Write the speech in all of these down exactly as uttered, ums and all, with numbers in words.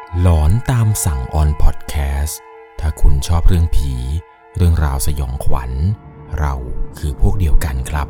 หลอนตามสั่งออนพอดแคสต์ถ้าคุณชอบเรื่องผีเรื่องราวสยองขวัญเราคือพวกเดียวกันครับ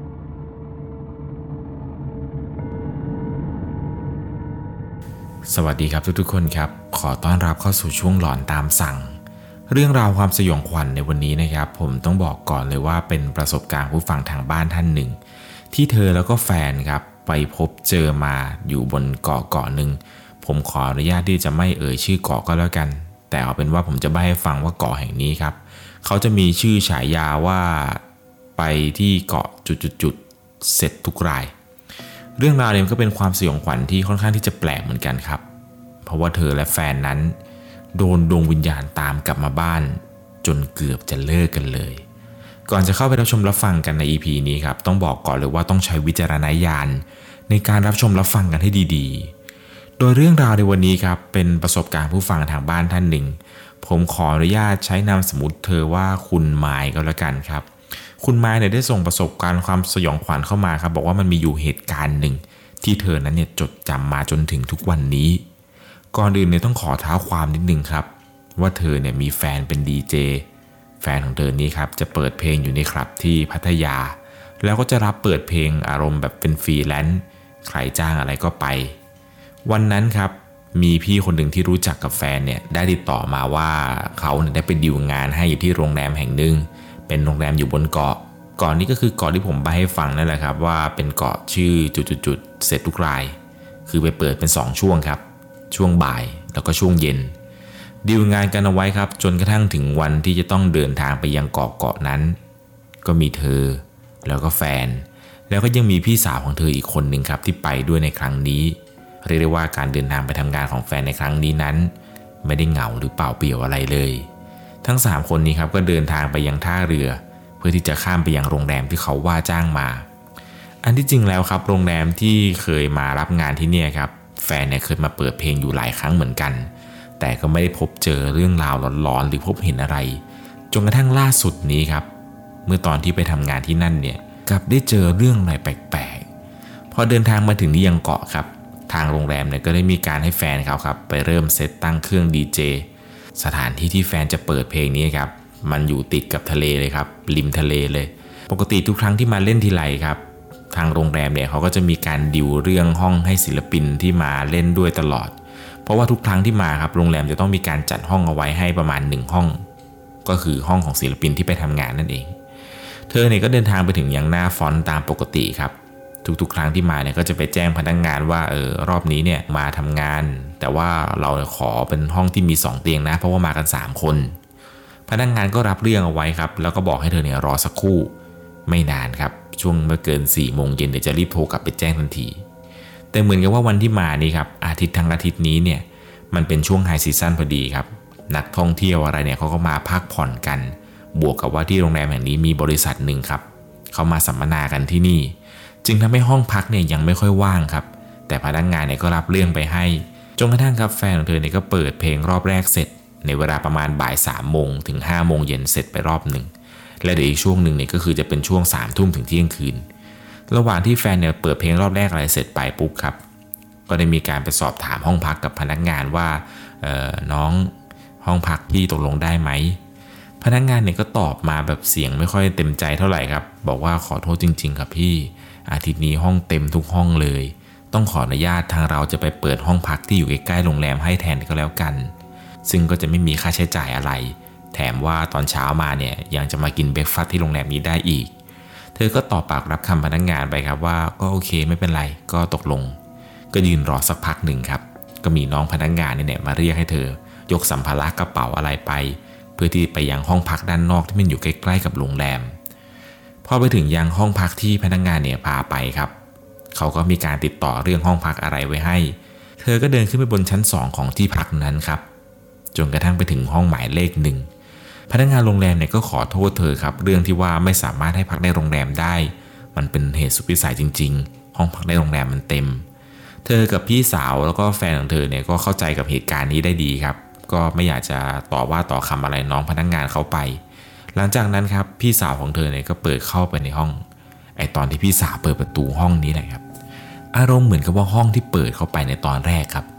สวัสดีครับทุกๆคนครับขอต้อนรับเข้าสู่ช่วงหลอนตามสั่งเรื่องราวความสยองขวัญในวันนี้นะครับผมต้องบอกก่อนเลยว่าเป็นประสบการณ์ผู้ฟังทางบ้านท่านหนึ่งที่เธอแล้วก็แฟนครับไปพบเจอมาอยู่บนเกาะเกาะหนึ่งผมขออนุญาตที่จะไม่เอ่ยชื่อเกาะก็แล้วกันแต่เอาเป็นว่าผมจะใบ้ให้ฟังว่าเกาะแห่งนี้ครับเขาจะมีชื่อฉายาว่าไปที่เกาะจุดๆๆเสร็จทุกรายเรื่องราวเนี่ยก็เป็นความสยองขวัญที่ค่อนข้างที่จะแปลกเหมือนกันครับเพราะว่าเธอและแฟนนั้นโดนดวงวิญญาณตามกลับมาบ้านจนเกือบจะเลิกกันเลยก่อนจะเข้าไปรับชมรับฟังกันใน อี พี นี้ครับต้องบอกก่อนเลยว่าต้องใช้วิจารณญาณในการรับชมรับฟังกันให้ดีๆโดยเรื่องราวในวันนี้ครับเป็นประสบการณ์ผู้ฟังทางบ้านท่านหนึ่งผมขออนุญาตใช้นามสมมุติเธอว่าคุณไมค์ก็แล้วกันครับคุณไมค์เนี่ยได้ส่งประสบการณ์ความสยองขวัญเข้ามาครับบอกว่ามันมีอยู่เหตุการณ์หนึ่งที่เธอนั้นเนี่ยจดจำมาจนถึงทุกวันนี้ก่อนอื่นเนี่ยต้องขอเท้าความนิดนึงครับว่าเธอเนี่ยมีแฟนเป็นดีเจแฟนของเธอนี้ครับจะเปิดเพลงอยู่ในคลับที่พัทยาแล้วก็จะรับเปิดเพลงอารมณ์แบบเป็นฟรีแลนซ์ใครจ้างอะไรก็ไปวันนั้นครับมีพี่คนหนึ่งที่รู้จักกับแฟนเนี่ยได้ติดต่อมาว่าเขาเนี่ยได้ไปดีลงานให้อยู่ที่โรงแรมแห่งหนึ่งเป็นโรงแรมอยู่บนเกาะเกาะนี้ก็คือเกาะที่ผมใบ้ให้ฟังนั่นแหละครับว่าเป็นเกาะชื่อจุดๆๆเสร็จทุกรายคือไปเปิดเป็นสองช่วงครับช่วงบ่ายแล้วก็ช่วงเย็นดีลงานกันเอาไว้ครับจนกระทั่งถึงวันที่จะต้องเดินทางไปยังเกาะเกาะนั้นก็มีเธอแล้วก็แฟนแล้วก็ยังมีพี่สาวของเธออีกคนหนึ่งครับที่ไปด้วยในครั้งนี้เรียกได้ว่าการเดินทางไปทำงานของแฟนในครั้งนี้นั้นไม่ได้เหงาหรือเปล่าเปลี่ยวอะไรเลยทั้งสามคนนี้ครับก็เดินทางไปยังท่าเรือเพื่อที่จะข้ามไปยังโรงแรมที่เขาว่าจ้างมาอันที่จริงแล้วครับโรงแรมที่เคยมารับงานที่นี่ครับแฟนเนี่ยเคยมาเปิดเพลงอยู่หลายครั้งเหมือนกันแต่ก็ไม่ได้พบเจอเรื่องราวหลอนๆหรือพบเห็นอะไรจนกระทั่งล่าสุดนี้ครับเมื่อตอนที่ไปทำงานที่นั่นเนี่ยกลับได้เจอเรื่องอะไรแปลกๆพอเดินทางมาถึงที่ยังเกาะครับทางโรงแรมเนี่ยก็ได้มีการให้แฟนเขาครับไปเริ่มเซตตั้งเครื่องดีเจสถานที่ที่แฟนจะเปิดเพลงนี้ครับมันอยู่ติดกับทะเลเลยครับริมทะเลเลยปกติทุกครั้งที่มาเล่นทีไรครับทางโรงแรมเนี่ยเขาก็จะมีการดิวเรื่องห้องให้ศิลปินที่มาเล่นด้วยตลอดเพราะว่าทุกครั้งที่มาครับโรงแรมจะต้องมีการจัดห้องเอาไว้ให้ประมาณหนึ่งห้องก็คือห้องของศิลปินที่ไปทำงานนั่นเองเธอเนี่ยก็เดินทางไปถึงยังหน้าฟอนต์ตามปกติครับทุกๆครั้งที่มาเนี่ยก็จะไปแจ้งพนักงานว่าเออรอบนี้เนี่ยมาทำงานแต่ว่าเราขอเป็นห้องที่มีสองเตียงนะเพราะว่ามากันสามคนพนักงานก็รับเรื่องเอาไว้ครับแล้วก็บอกให้เธอเนี่ยรอสักครู่ไม่นานครับช่วงไม่เกินสี่โมงเย็นเดี๋ยวจะรีบโทรกลับไปแจ้งทันทีแต่เหมือนกับว่าวันที่มานี่ครับอาทิตย์ทั้งอาทิตย์นี้เนี่ยมันเป็นช่วงไฮซีซั่นพอดีครับนักท่องเที่ยวอะไรเนี่ยเขาก็มาพักผ่อนกันบวกกับว่าที่โรงแรมแห่งนี้มีบริษัทหนึ่งครับเขามาสัมมนากันที่นี่จึงทำให้ห้องพักเนี่ยยังไม่ค่อยว่างครับแต่พนักงานเนี่ยก็รับเรื่องไปให้จนกระทั่งครับแฟนของเธอเนี่ยก็เปิดเพลงรอบแรกเสร็จในเวลาประมาณบ่ายสามโมงถึงห้าโมงเย็นเสร็จไปรอบหนึ่งและเดี๋ยวอีกช่วงหนึ่งเนี่ยก็คือจะเป็นช่วงสามทุ่มถึงเที่ยงคืนระหว่างที่แฟนเนี่ยเปิดเพลงรอบแรกอะไรเสร็จไปปุ๊บครับก็ได้มีการไปสอบถามห้องพักกับพนักงานว่าเอ่อน้องห้องพักพี่ตกลงได้ไหมพนักงานเนี่ยก็ตอบมาแบบเสียงไม่ค่อยเต็มใจเท่าไหร่ครับบอกว่าขอโทษจริงๆครับพี่อาทิตย์นี้ห้องเต็มทุกห้องเลยต้องขออนุญาตทางเราจะไปเปิดห้องพักที่อยู่ใกล้ๆโรงแรมให้แทนก็แล้วกันซึ่งก็จะไม่มีค่าใช้จ่ายอะไรแถมว่าตอนเช้ามาเนี่ยยังจะมากินเบรคฟาสต์ที่โรงแรมนี้ได้อีกเธอก็ตอบปากรับคำพนักงานไปครับว่าก็โอเคไม่เป็นไรก็ตกลงก็ยืนรอสักพักหนึ่งครับก็มีน้องพนักงานเนี่ยมาเรียกให้เธอยกสัมภาระกระเป๋าอะไรไปเพื่อที่ไปยังห้องพักด้านนอกที่มันอยู่ใกล้ๆกับโรงแรมพอไปถึงยังห้องพักที่พนักงานเนี่ยพาไปครับเขาก็มีการติดต่อเรื่องห้องพักอะไรไว้ให้เธอก็เดินขึ้นไปบนชั้นสองของที่พักนั้นครับจนกระทั่งไปถึงห้องหมายเลขหนึ่งพนักงานโรงแรมเนี่ยก็ขอโทษเธอครับเรื่องที่ว่าไม่สามารถให้พักในโรงแรมได้มันเป็นเหตุสุดวิสัยจริงๆห้องพักในโรงแรมมันเต็มเธอกับพี่สาวแล้วก็แฟนของเธอเนี่ยก็เข้าใจกับเหตุการณ์นี้ได้ดีครับก็ไม่อยากจะต่อว่าต่อคำอะไรน้องพนักงานเขาไปหลังจากนั้นครับพี่สาวของเธอเนี่ยก็เปิดเข้าไปในห้องไอตอนที่พี่สาวเปิดประตูห้องนี้แหละครับอารมณ์เหมือนกับว่าห้องที่เปิดเข้าไปในตอนแรกครับ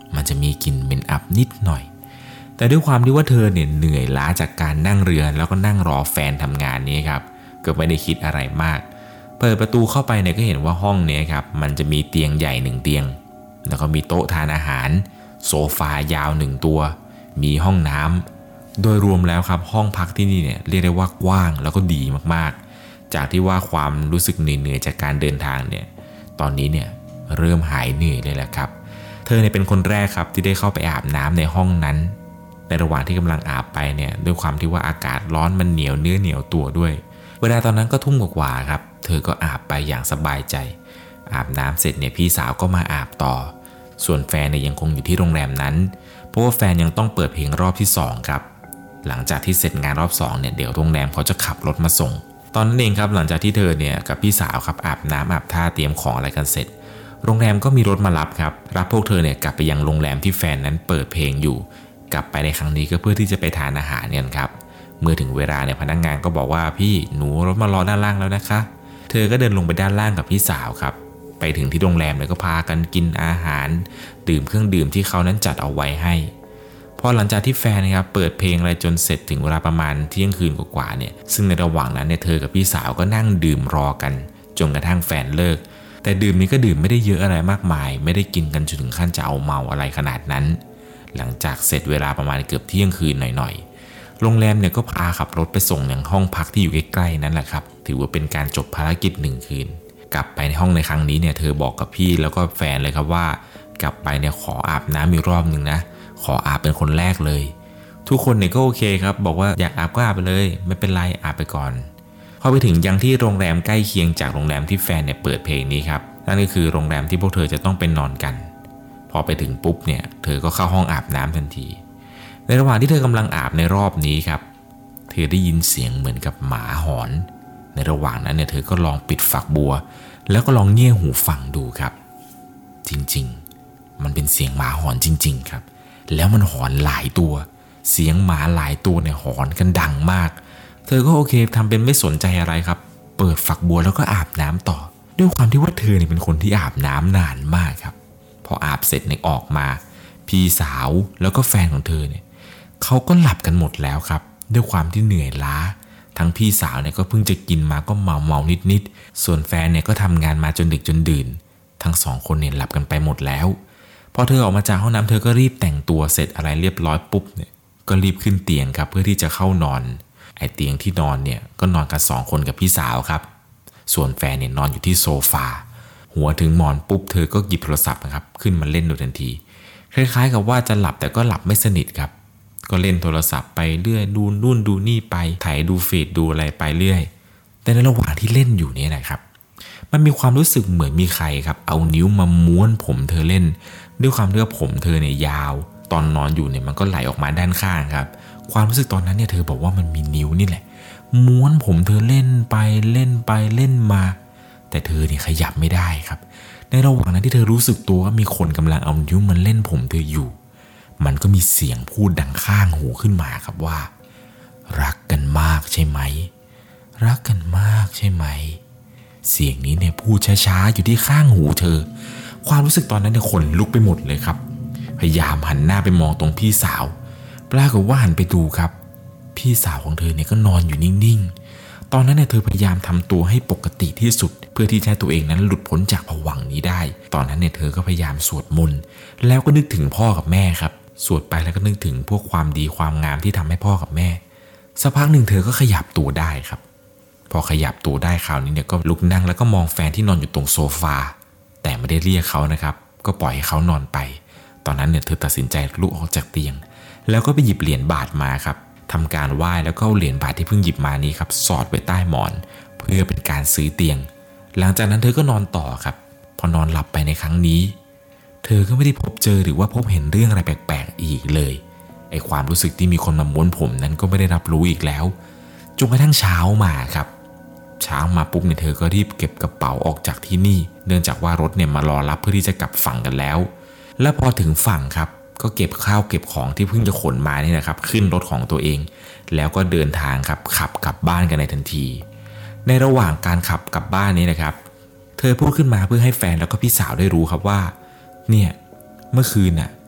มันจะมีกลิ่นเหม็นอับนิดหน่อยแต่ด้วยความที่ว่าเธอเนี่ยเหนื่อยล้าจากการนั่งเรือแล้วก็นั่งรอแฟนทำงานนี้ครับก็ไม่ได้คิดอะไรมากเปิดประตูเข้าไปเนี่ยก็เห็นว่าห้องนี้ครับมันจะมีเตียงใหญ่หนึ่งเตียงแล้วก็มีโต๊ะทานอาหารโซฟายาวหนึ่งตัวมีห้องน้ำโดยรวมแล้วครับห้องพักที่นี่เนี่ยเรียกได้ว่ากว้างแล้วก็ดีมากๆจากที่ว่าความรู้สึกเหนื่อยๆจากการเดินทางเนี่ยตอนนี้เนี่ยเริ่มหายเหนื่อยเลยแหละครับเธอเนี่ยเป็นคนแรกครับที่ได้เข้าไปอาบน้ำในห้องนั้นในระหว่างที่กำลังอาบไปเนี่ยด้วยความที่ว่าอากาศร้อนมันเหนียวเนื้อเหนียวตัวด้วยเวลาตอนนั้นก็ทุ่มกว่าๆครับเธอก็อาบไปอย่างสบายใจอาบน้ำเสร็จเนี่ยพี่สาวก็มาอาบต่อส่วนแฟนเนี่ยยังคงอยู่ที่โรงแรมนั้นเพราะว่าแฟนยังต้องเปิดเพลงรอบที่สองครับหลังจากที่เสร็จงานรอบสองเนี่ยเดี๋ยวโรงแรมเขาจะขับรถมาส่งตอนนั้นเองครับหลังจากที่เธอเนี่ยกับพี่สาวครับอาบน้ำอาบท่าเตรียมของอะไรกันเสร็จโรงแรมก็มีรถมารับครับรับพวกเธอเนี่ยกลับไปยังโรงแรมที่แฟนนั้นเปิดเพลงอยู่กลับไปในครั้งนี้ก็เพื่อที่จะไปทานอาหารเนี่ยครับเมื่อถึงเวลาเนี่ยพนักงานก็บอกว่าพี่หนูรถมารอด้านล่างแล้วนะคะเธอก็เดินลงไปด้านล่างกับพี่สาวครับไปถึงที่โรงแรมเนี่ยก็พากันกินอาหารดื่มเครื่องดื่มที่เขานั้นจัดเอาไว้ให้พอหลังจากที่แฟนนะครับเปิดเพลงอะไรจนเสร็จถึงเวลาประมาณเที่ยงคืนกว่าๆเนี่ยซึ่งในระหว่างนั้นเนี่ยเธอกับพี่สาวก็นั่งดื่มรอกันจนกระทั่งแฟนเลิกแต่ดื่มนี้ก็ดื่มไม่ได้เยอะอะไรมากมายไม่ได้กินกันจนถึงขั้นจะเอาเมาอะไรขนาดนั้นหลังจากเสร็จเวลาประมาณเกือบเที่ยงคืนหน่อยๆโรงแรมเนี่ยก็พาขับรถไปส่งยังห้องพักที่อยู่ใกล้ๆนั่นแหละครับถือว่าเป็นการจบภารกิจหนึ่งคืนกลับไปในห้องในครั้งนี้เนี่ยเธอบอกกับพี่แล้วก็แฟนเลยครับว่ากลับไปเนี่ยขออาบน้ำอีกรอบหนึ่งนะขออาบเป็นคนแรกเลยทุกคนเนี่ยก็โอเคครับบอกว่าอยากอาบก็อาบไปเลยไม่เป็นไรอาบไปก่อนพอไปถึงยังที่โรงแรมใกล้เคียงจากโรงแรมที่แฟนเนี่ยเปิดเพลงนี้ครับนั่นก็คือโรงแรมที่พวกเธอจะต้องไปนอนกันพอไปถึงปุ๊บเนี่ยเธอก็เข้าห้องอาบน้ำทันทีในระหว่างที่เธอกำลังอาบในรอบนี้ครับเธอได้ยินเสียงเหมือนกับหมาหอนในระหว่างนั้นเนี่ยเธอก็ลองปิดฝักบัวแล้วก็ลองเงี่ยหูฟังดูครับจริงๆมันเป็นเสียงหมาหอนจริงๆครับแล้วมันหอนหลายตัวเสียงหมาหลายตัวเนี่ยหอนกันดังมากเธอก็โอเคทำเป็นไม่สนใจอะไรครับเปิดฝักบัวแล้วก็อาบน้ำต่อด้วยความที่ว่าเธอเนี่ยเป็นคนที่อาบน้ำนานมากครับพออาบเสร็จเนี่ยออกมาพี่สาวแล้วก็แฟนของเธอเนี่ยเขาก็หลับกันหมดแล้วครับด้วยความที่เหนื่อยล้าทั้งพี่สาวเนี่ยก็เพิ่งจะกินมาก็เมาเมานิดๆส่วนแฟนเนี่ยก็ทำงานมาจนดึกจนดื่นทั้งสองคนเนี่ยหลับกันไปหมดแล้วพอเธอออกมาจากห้องน้ำเธอก็รีบแต่งตัวเสร็จอะไรเรียบร้อยปุ๊บเนี่ยก็รีบขึ้นเตียงครับเพื่อที่จะเข้านอนไอ้เตียงที่นอนเนี่ยก็นอนกันสองคนกับพี่สาวครับส่วนแฟนเนี่ยนอนอยู่ที่โซฟาหัวถึงหมอนปุ๊บเธอก็หยิบโทรศัพท์นะครับขึ้นมาเล่นดูทันทีคล้ายๆกับว่าจะหลับแต่ก็หลับไม่สนิทครับก็เล่นโทรศัพท์ไปเรื่อยดูนู่นดูนี่ไปถ่ายดูฟีดดูอะไรไปเรื่อยแต่ในระหว่างที่เล่นอยู่เนี่ยนะครับมันมีความรู้สึกเหมือนมีใครครับเอานิ้วมาม้วนผมเธอเล่นด้วยความที่ว่าผมเธอเนี่ยยาวตอนนอนอยู่เนี่ยมันก็ไหลออกมาด้านข้างครับความรู้สึกตอนนั้นเนี่ยเธอบอกว่ามันมีนิ้วนี่แหละม้วนผมเธอเล่นไปเล่นไปเล่นมาแต่เธอเนี่ยขยับไม่ได้ครับในระหว่างนั้นที่เธอรู้สึกตัวว่ามีคนกำลังเอานิ้วมันเล่นผมเธออยู่มันก็มีเสียงพูดดังข้างหูขึ้นมาครับว่ารักกันมากใช่ไหมรักกันมากใช่ไหมเสียงนี้เนี่ยพูดช้าๆอยู่ที่ข้างหูเธอความรู้สึกตอนนั้นเนี่ยขนลุกไปหมดเลยครับพยายามหันหน้าไปมองตรงพี่สาวปรากฏว่าหันไปดูครับพี่สาวของเธอเนี่ยก็นอนอยู่นิ่งๆตอนนั้นเนี่ยเธอพยายามทำตัวให้ปกติที่สุดเพื่อที่จะให้ตัวเองนั้นหลุดพ้นจากภวังค์นี้ได้ตอนนั้นเนี่ยเธอก็พยายามสวดมนต์แล้วก็นึกถึงพ่อกับแม่ครับสวดไปแล้วก็นึกถึงพวกความดีความงามที่ทำให้พ่อกับแม่สักพักหนึ่งเธอก็ขยับตัวได้ครับพอขยับตัวได้คราวนี้เนี่ยก็ลุกนั่งแล้วก็มองแฟนที่นอนอยู่ตรงโซฟาแต่ไม่ได้เรียกเขานะครับก็ปล่อยให้เขานอนไปตอนนั้นเนี่ยเธอตัดสินใจลุกออกจากเตียงแล้วก็ไปหยิบเหรียญบาทมาครับทำการไหว้แล้วก็เอาเหรียญบาทที่เพิ่งหยิบมานี้ครับสอดไว้ใต้หมอนเพื่อเป็นการซื้อเตียงหลังจากนั้นเธอก็นอนต่อครับพอนอนหลับไปในครั้งนี้เธอก็ไม่ได้พบเจอหรือว่าพบเห็นเรื่องอะไรแปลกๆอีกเลยไอ้ความรู้สึกที่มีคนมาม้วนผมนั้นก็ไม่ได้รับรู้อีกแล้วจนกระทั่งเช้ามาครับเช้ามาปุ๊บเนี่ยเธอก็รีบเก็บกระเป๋าออกจากที่นี่เนื่องจากว่ารถเนี่ยมารอรับเพื่อที่จะกลับฝั่งกันแล้วและพอถึงฝั่งครับก็เก็บข้าวเก็บของที่เพิ่งจะขนมานี่นะครับขึ้นรถของตัวเองแล้วก็เดินทางครับขับกลับบ้านกันในทันทีในระหว่างการขับกลับบ้านนี้นะครับเธอพูดขึ้นมาเพื่อให้แฟนแล้วก็พี่สาวได้รู้ครับว่าเนี่ยเมื่อคืนน่ะ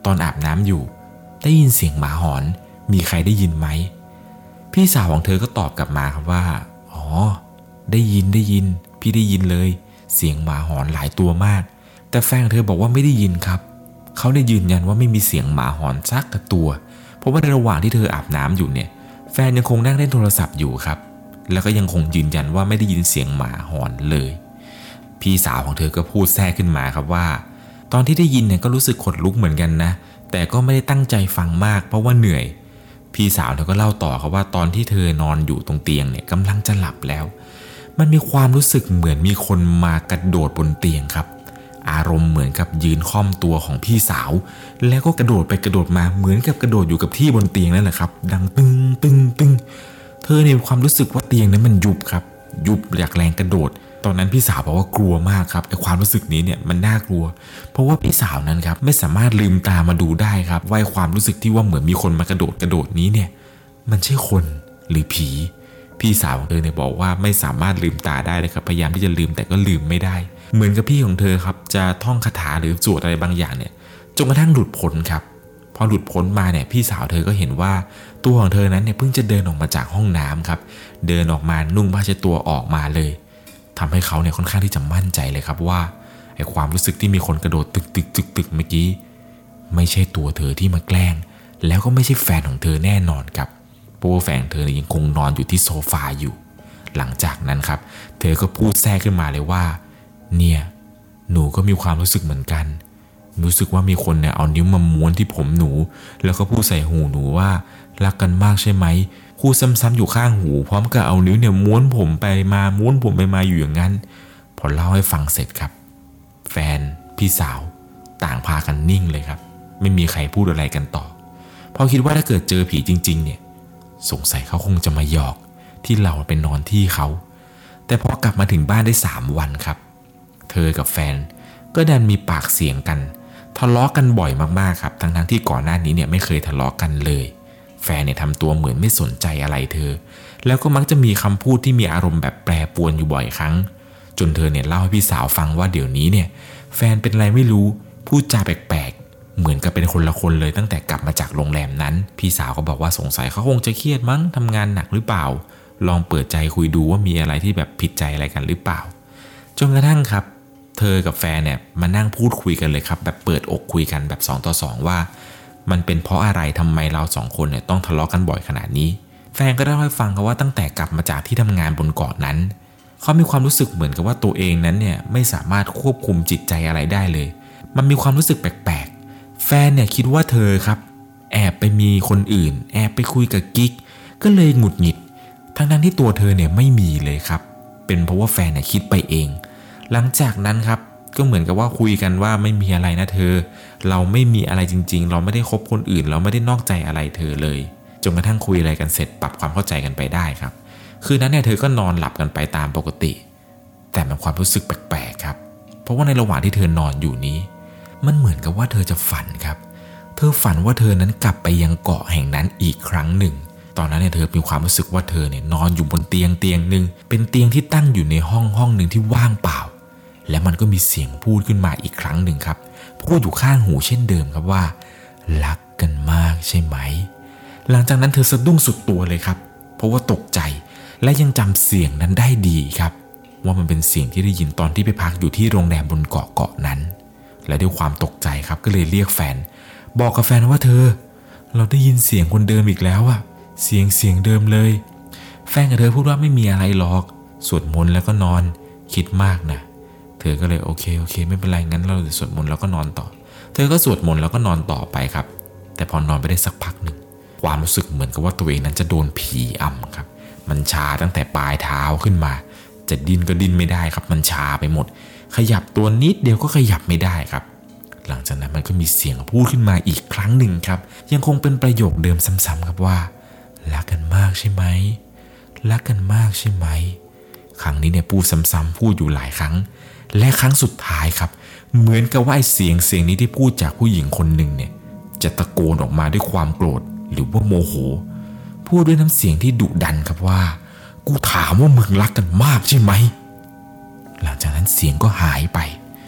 ตอนอาบน้ำอยู่ได้ยินเสียงหมาหอนมีใครได้ยินไหมพี่สาวของเธอก็ตอบกลับมาครับว่าอ๋อได้ยินได้ยินพี่ได้ยินเลยเสียงหมาหอนหลายตัวมากแต่แฟนเธอบอกว่าไม่ได้ยินครับเขาได้ยืนยันว่าไม่มีเสียงหมาหอนสักตัวเพราะว่าในระหว่างที่เธออาบน้ำอยู่เนี่ยแฟนยังคงนั่งเล่นโทรศัพท์อยู่ครับแล้วก็ยังคงยืนยันว่าไม่ได้ยินเสียงหมาหอนเลยพี่สาวของเธอก็พูดแทรกขึ้นมาครับว่าตอนที่ได้ยินเนี่ยก็รู้สึกขนลุกเหมือนกันนะแต่ก็ไม่ได้ตั้งใจฟังมากเพราะว่าเหนื่อยพี่สาวเธอก็เล่าต่อครับว่าตอนที่เธอนอนอยู่ตรงเตียงเนี่ยกำลังจะหลับแล้วมันมีความรู้สึกเหมือนมีคนมากระโดดบนเตียงครับอารมณ์เหมือนกับยืนค่อมตัวของพี่สาวแล้วก็กระโดดไปกระโดดมาเหมือนกับกระโดดอยู่กับที่บนเตียงนั่นแหละครับดังตึงตึงตึงเธอเนี่ยมีความรู้สึกว่าเตียงนั้นมันยุบครับยุบจากแรงกระโดดตอนนั้นพี่สาวบอกว่ากลัวมากครับไอ้ความรู้สึกนี้เนี่ยมันน่ากลัวเพราะว่าพี่สาวนั้นครับไม่สามารถลืมตามาดูได้ครับว่าความรู้สึกที่ว่าเหมือนมีคนมากระโดดกระโดดนี้เนี่ยมันใช่คนหรือผีพี่สาวของเธอเนี่ยบอกว่าไม่สามารถลืมตาได้เลยครับพยายามที่จะลืมแต่ก็ลืมไม่ได้เหมือนกับพี่ของเธอครับจะท่องคาถาหรือสวดอะไรบางอย่างเนี่ยจนกระทั่งหลุดพ้นครับพอหลุดพ้นมาเนี่ยพี่สาวเธอก็เห็นว่าตัวของเธอนั้นเนี่ยเพิ่งจะเดินออกมาจากห้องน้ำครับเดินออกมานุ่งผ้าเช็ดตัวออกมาเลยทำให้เขาเนี่ยค่อนข้างที่จะมั่นใจเลยครับว่าไอ้ความรู้สึกที่มีคนกระโดดตึกตึกตึกตึกเมื่อกี้ไม่ใช่ตัวเธอที่มาแกล้งแล้วก็ไม่ใช่แฟนของเธอแน่นอนครับเพราะว่าแฟนเธอยังคงนอนอยู่ที่โซฟาอยู่หลังจากนั้นครับเธอก็พูดแทรกขึ้นมาเลยว่าเนี่ยหนูก็มีความรู้สึกเหมือนกันรู้สึกว่ามีคนเนี่ยเอานิ้วมาม้วนที่ผมหนูแล้วก็พูดใส่หูหนูว่ารักกันมากใช่ไหมพูดซ้ำๆอยู่ข้างหูพร้อมกับเอานิ้วเนี่ยม้วนผมไปมาม้วนผมไปมาอยู่อย่างนั้นพอเล่าให้ฟังเสร็จครับแฟนพี่สาวต่างพากันนิ่งเลยครับไม่มีใครพูดอะไรกันต่อเพราะคิดว่าถ้าเกิดเจอผีจริงๆเนี่ยสงสัยเขาคงจะมาหยอกที่เราไปนอนที่เขาแต่พอกลับมาถึงบ้านได้สามวันครับเธอกับแฟนก็ดันมีปากเสียงกันทะเลาะกันบ่อยมากๆครับทั้งๆที่ก่อนหน้านี้เนี่ยไม่เคยทะเลาะกันเลยแฟนเนี่ยทำตัวเหมือนไม่สนใจอะไรเธอแล้วก็มักจะมีคำพูดที่มีอารมณ์แบบแปรปรวนอยู่บ่อยครั้งจนเธอเนี่ยเล่าให้พี่สาวฟังว่าเดี๋ยวนี้เนี่ยแฟนเป็นอะไรไม่รู้พูดจาแปลกๆเหมือนกับเป็นคนละคนเลยตั้งแต่กลับมาจากโรงแรมนั้นพี่สาวก็บอกว่าสงสัยเขาคงจะเครียดมั้งทำงานหนักหรือเปล่าลองเปิดใจคุยดูว่ามีอะไรที่แบบผิดใจอะไรกันหรือเปล่าจนกระทั่งครับเธอกับแฟนเนี่ยมานั่งพูดคุยกันเลยครับแบบเปิดอกคุยกันแบบสองต่อสองว่ามันเป็นเพราะอะไรทำไมเราสองคนเนี่ยต้องทะเลาะกันบ่อยขนาดนี้แฟนก็ได้เล่าให้ฟังครับว่าตั้งแต่กลับมาจากที่ทำงานบนเกาะนั้นเขามีความรู้สึกเหมือนกับว่าตัวเองนั้นเนี่ยไม่สามารถควบคุมจิตใจอะไรได้เลยมันมีความรู้สึกแปลกๆแฟนเนี่ยคิดว่าเธอครับแอบไปมีคนอื่นแอบไปคุยกับกิ๊กก็เลยหงุดหงิดทั้งนั้นที่ตัวเธอเนี่ยไม่มีเลยครับเป็นเพราะว่าแฟนเนี่ยคิดไปเองหลังจากนั้นครับก็เหมือนกับว่าคุยกันว่าไม่มีอะไรนะเธอเราไม่มีอะไรจริงๆเราไม่ได้คบคนอื่นเราไม่ได้นอกใจอะไรเธอเลยจนกระทั่งคุยอะไรกันเสร็จปรับความเข้าใจกันไปได้ครับคืนนั้นเนี่ยเธอก็นอนหลับกันไปตามปกติแต่มันความรู้สึกแปลกๆครับเพราะว่าในระหว่างที่เธอนอนอยู่นี้มันเหมือนกับว่าเธอจะฝันครับเธอฝันว่าเธอนั้นกลับไปยังเกาะแห่งนั้นอีกครั้งหนึ่งตอนนั้นเนี่ยเธอมีความรู้สึกว่าเธอเนี่ยนอนอยู่บนเตียงเตียงหนึ่งเป็นเตียงที่ตั้งอยู่ในห้องห้องหนึ่งที่ว่างเปล่าและมันก็มีเสียงพูดขึ้นมาอีกครั้งหนึ่งครับพูดอยู่ข้างหูเช่นเดิมครับว่ารักกันมากใช่ไหมหลังจากนั้นเธอสะดุ้งสุดตัวเลยครับเพราะว่าตกใจและยังจำเสียงนั้นได้ดีครับว่ามันเป็นเสียงที่ได้ยินตอนที่ไปพักอยู่ที่โรงแรมบนเกาะเกาะนั้นและด้วยความตกใจครับก็เลยเรียกแฟนบอกกับแฟนว่าเธอเราได้ยินเสียงคนเดิมอีกแล้วอะเสียงเสียงเดิมเลยแฟนกับเธอพูดว่าไม่มีอะไรหรอกสวดมนต์แล้วก็นอนคิดมากนะเธอก็เลยโอเคโอเคไม่เป็นไรงั้นเราจะสวดมนต์แล้วก็นอนต่อเธอก็สวดมนต์แล้วก็นอนต่อไปครับแต่พอนอนไปได้สักพักหนึ่งความรู้สึกเหมือนกับว่าตัวเองนั้นจะโดนผีอำครับมันชาตั้งแต่ปลายเท้าขึ้นมาจะดิ้นก็ดิ้นไม่ได้ครับมันชาไปหมดขยับตัวนิดเดียวก็ขยับไม่ได้ครับหลังจากนั้นมันก็มีเสียงพูดขึ้นมาอีกครั้งหนึ่งครับยังคงเป็นประโยคเดิมซ้ำๆครับว่ารักกันมากใช่ไหมรักกันมากใช่ไหมครั้งนี้เนี่ยพูดซ้ำๆพูดอยู่หลายครั้งและครั้งสุดท้ายครับเหมือนกับว่าเสียงเสียงนี้ที่พูดจากผู้หญิงคนหนึ่งเนี่ยจะตะโกนออกมาด้วยความโกรธหรือว่าโมโหพูดด้วยน้ำเสียงที่ดุดันครับว่ากูถามว่ามึงรักกันมากใช่ไหมหลังจากนั้นเสียงก็หายไปเธ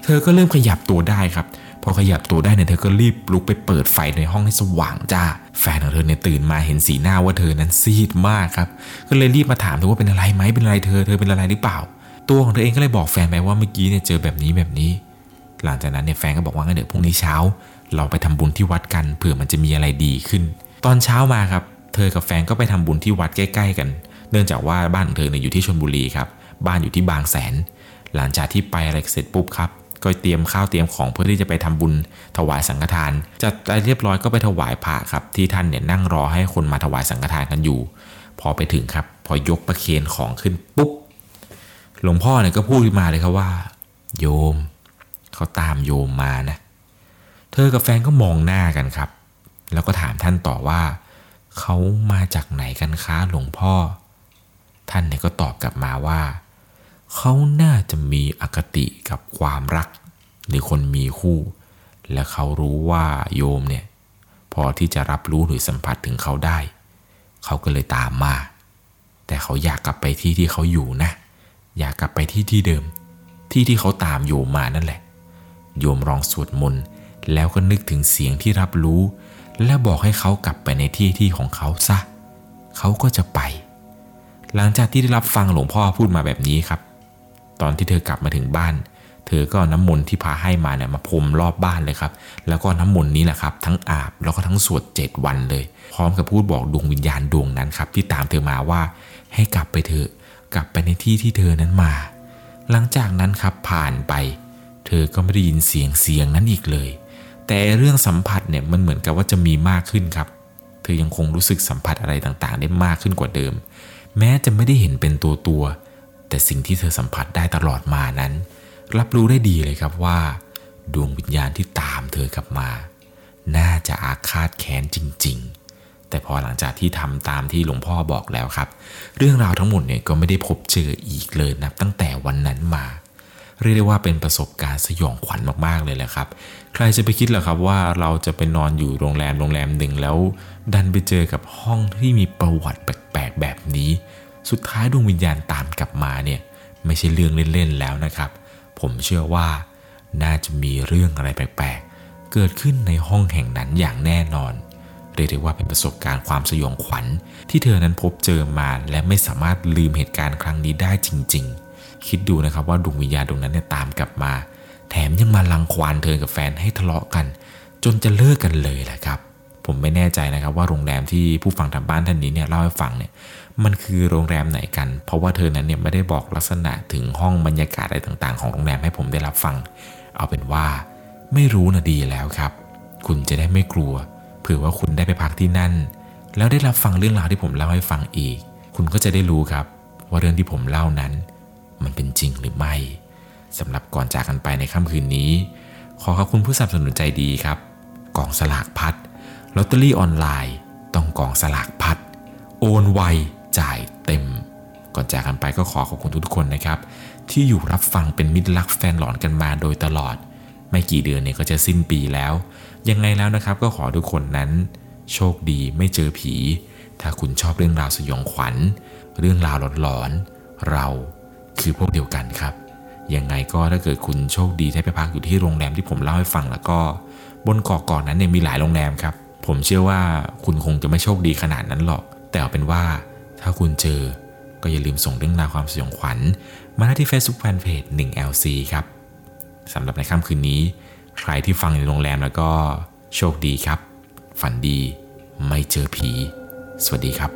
ธอก็เริ่มขยับตัวได้ครับพอขยับตัวได้เนี่ยเธอก็รีบลุกไปเปิดไฟในห้องให้สว่างจ้าแฟนของเธอเนี่ยตื่นมาเห็นสีหน้าว่าเธอนั้นซีดมากครับก็เลยรีบมาถามเธอว่าเป็นอะไรไหมเป็นอะไรเธอเธอเป็นอะไรหรือเปล่าตัวของเธอเองก็เลยบอกแฟนไปว่าเมื่อกี้เนี่ยเจอแบบนี้แบบนี้หลังจากนั้นเนี่ยแฟนก็บอกว่างั้นเดี๋ยวพรุ่งนี้เช้าเราไปทำบุญที่วัดกันเผื่อมันจะมีอะไรดีขึ้นตอนเช้ามาครับเธอกับแฟนก็ไปทำบุญที่วัดใกล้ๆกันเนื่องจากว่าบ้านของเธอเนี่ยอยู่ที่ชลบุรีครับบ้านอยู่ที่บางแสนหลังจากที่ไปอะไรเสร็จปุ๊บครับก็เตรียมข้าวเตรียมของเพื่อที่จะไปทำบุญถวายสังฆทานจัดอะไรเรียบร้อยก็ไปถวายพระครับที่ท่านเนี่ยนั่งรอให้คนมาถวายสังฆทานกันอยู่พอไปถึงครับพอยกประเคนของขึ้นปุ๊บหลวงพ่อเนี่ยก็พูดมาเลยครับว่าโยมเขาตามโยมมานะเธอกับแฟนก็มองหน้ากันครับแล้วก็ถามท่านต่อว่าเขามาจากไหนกันคะหลวงพ่อท่านเนี่ยก็ตอบกลับมาว่าเขาน่าจะมีอคติกับความรักหรือคนมีคู่และเขารู้ว่าโยมเนี่ยพอที่จะรับรู้หรือสัมผัสถึงเขาได้เขาก็เลยตามมาแต่เขาอยากกลับไปที่ที่เขาอยู่นะอยากกลับไปที่ที่เดิมที่ที่เขาตามโยมมานั่นแหละโยมลองสวดมนต์แล้วก็นึกถึงเสียงที่รับรู้และบอกให้เขากลับไปในที่ที่ของเขาซะเขาก็จะไปหลังจากที่ได้รับฟังหลวงพ่อพูดมาแบบนี้ครับตอนที่เธอกลับมาถึงบ้านเธอก็น้ำมนต์ที่พาให้มาเนี่ยมาพรมรอบบ้านเลยครับแล้วก็น้ำมนต์นี้แหละครับทั้งอาบแล้วก็ทั้งสวดเจ็ดวันเลยพร้อมกับพูดบอกดวงวิญญาณดวงนั้นครับที่ตามเธอมาว่าให้กลับไปเถอะกลับไปในที่ที่เธอนั้นมาหลังจากนั้นครับผ่านไปเธอก็ไม่ได้ยินเสียงเสียงนั้นอีกเลยแต่เรื่องสัมผัสเนี่ยมันเหมือนกับว่าจะมีมากขึ้นครับเธอยังคงรู้สึกสัมผัสอะไรต่างๆได้มากขึ้นกว่าเดิมแม้จะไม่ได้เห็นเป็นตัวตัวแต่สิ่งที่เธอสัมผัสได้ตลอดมานั้นรับรู้ได้ดีเลยครับว่าดวงวิญญาณที่ตามเธอกลับมาน่าจะอาฆาตแค้นจริงๆแต่พอหลังจากที่ทำตามที่หลวงพ่อบอกแล้วครับเรื่องราวทั้งหมดเนี่ยก็ไม่ได้พบเจออีกเลยนับตั้งแต่วันนั้นมาเรียกได้ว่าเป็นประสบการณ์สยองขวัญมากๆเลยแหละครับใครจะไปคิดล่ะครับว่าเราจะไปนอนอยู่โรงแรมโรงแรมหนึ่งแล้วดันไปเจอกับห้องที่มีประวัติแปลกๆแบบนี้สุดท้ายดวงวิญญาณตามกลับมาเนี่ยไม่ใช่เรื่องเล่นๆแล้วนะครับผมเชื่อว่าน่าจะมีเรื่องอะไรแปลกๆเกิดขึ้นในห้องแห่งนั้นอย่างแน่นอนเรียกได้ว่าเป็นประสบการณ์ความสยองขวัญที่เธอนั้นพบเจอมาและไม่สามารถลืมเหตุการณ์ครั้งนี้ได้จริงๆคิดดูนะครับว่าดวงวิญญาณตรงนั้นเนี่ยตามกลับมาแถมยังมารังควานเธอกับแฟนให้ทะเลาะกันจนจะเลิกกันเลยแหละครับผมไม่แน่ใจนะครับว่าโรงแรมที่ผู้ฟังทางบ้านท่านนี้เนี่ยเล่าให้ฟังเนี่ยมันคือโรงแรมไหนกันเพราะว่าเธอนั้นเนี่ยไม่ได้บอกลักษณะถึงห้องบรรยากาศอะไรต่างๆของโรงแรมให้ผมได้รับฟังเอาเป็นว่าไม่รู้นะดีแล้วครับคุณจะได้ไม่กลัวเผื่อว่าคุณได้ไปพักที่นั่นแล้วได้รับฟังเรื่องราวที่ผมเล่าให้ฟังอีกคุณก็จะได้รู้ครับว่าเรื่องที่ผมเล่านั้นมันเป็นจริงหรือไม่สำหรับก่อนจากกันไปในค่ำคืนนี้ขอขอบคุณผู้สนับสนุนใจดีครับกองสลากพัดลอตเตอรี่ออนไลน์ต้องกองสลากพัดโอนไวจ่ายเต็มก่อนจากกันไปก็ขอขอบคุณทุกๆคนนะครับที่อยู่รับฟังเป็นมิตรรักแฟนหลอนกันมาโดยตลอดไม่กี่เดือนเนี่ยก็จะสิ้นปีแล้วยังไงแล้วนะครับก็ขอทุกคนนั้นโชคดีไม่เจอผีถ้าคุณชอบเรื่องราวสยองขวัญเรื่องราวหลอนๆเราคือพวกเดียวกันครับยังไงก็ถ้าเกิดคุณโชคดีได้ไปพักอยู่ที่โรงแรมที่ผมเล่าให้ฟังแล้วก็บนเกาะเกาะนั้นเนี่ยมีหลายโรงแรมครับผมเชื่อว่าคุณคงจะไม่โชคดีขนาดนั้นหรอกแต่เอาเป็นว่าถ้าคุณเจอก็อย่าลืมส่งเรื่องราวความสยองขวัญมาที่ Facebook Fanpage หนึ่ง แอล ซี ครับสำหรับในค่ำคืนนี้ใครที่ฟังในโรงแรมแล้วก็โชคดีครับฝันดีไม่เจอผีสวัสดีครับ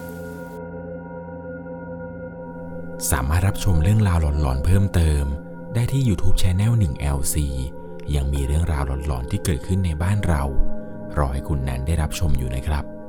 สามารถรับชมเรื่องราวหลอนๆเพิ่มเติมได้ที่ YouTube Channel หนึ่ง แอล ซี ยังมีเรื่องราวหลอนๆที่เกิดขึ้นในบ้านเรารอให้คุณนั้นได้รับชมอยู่นะครับ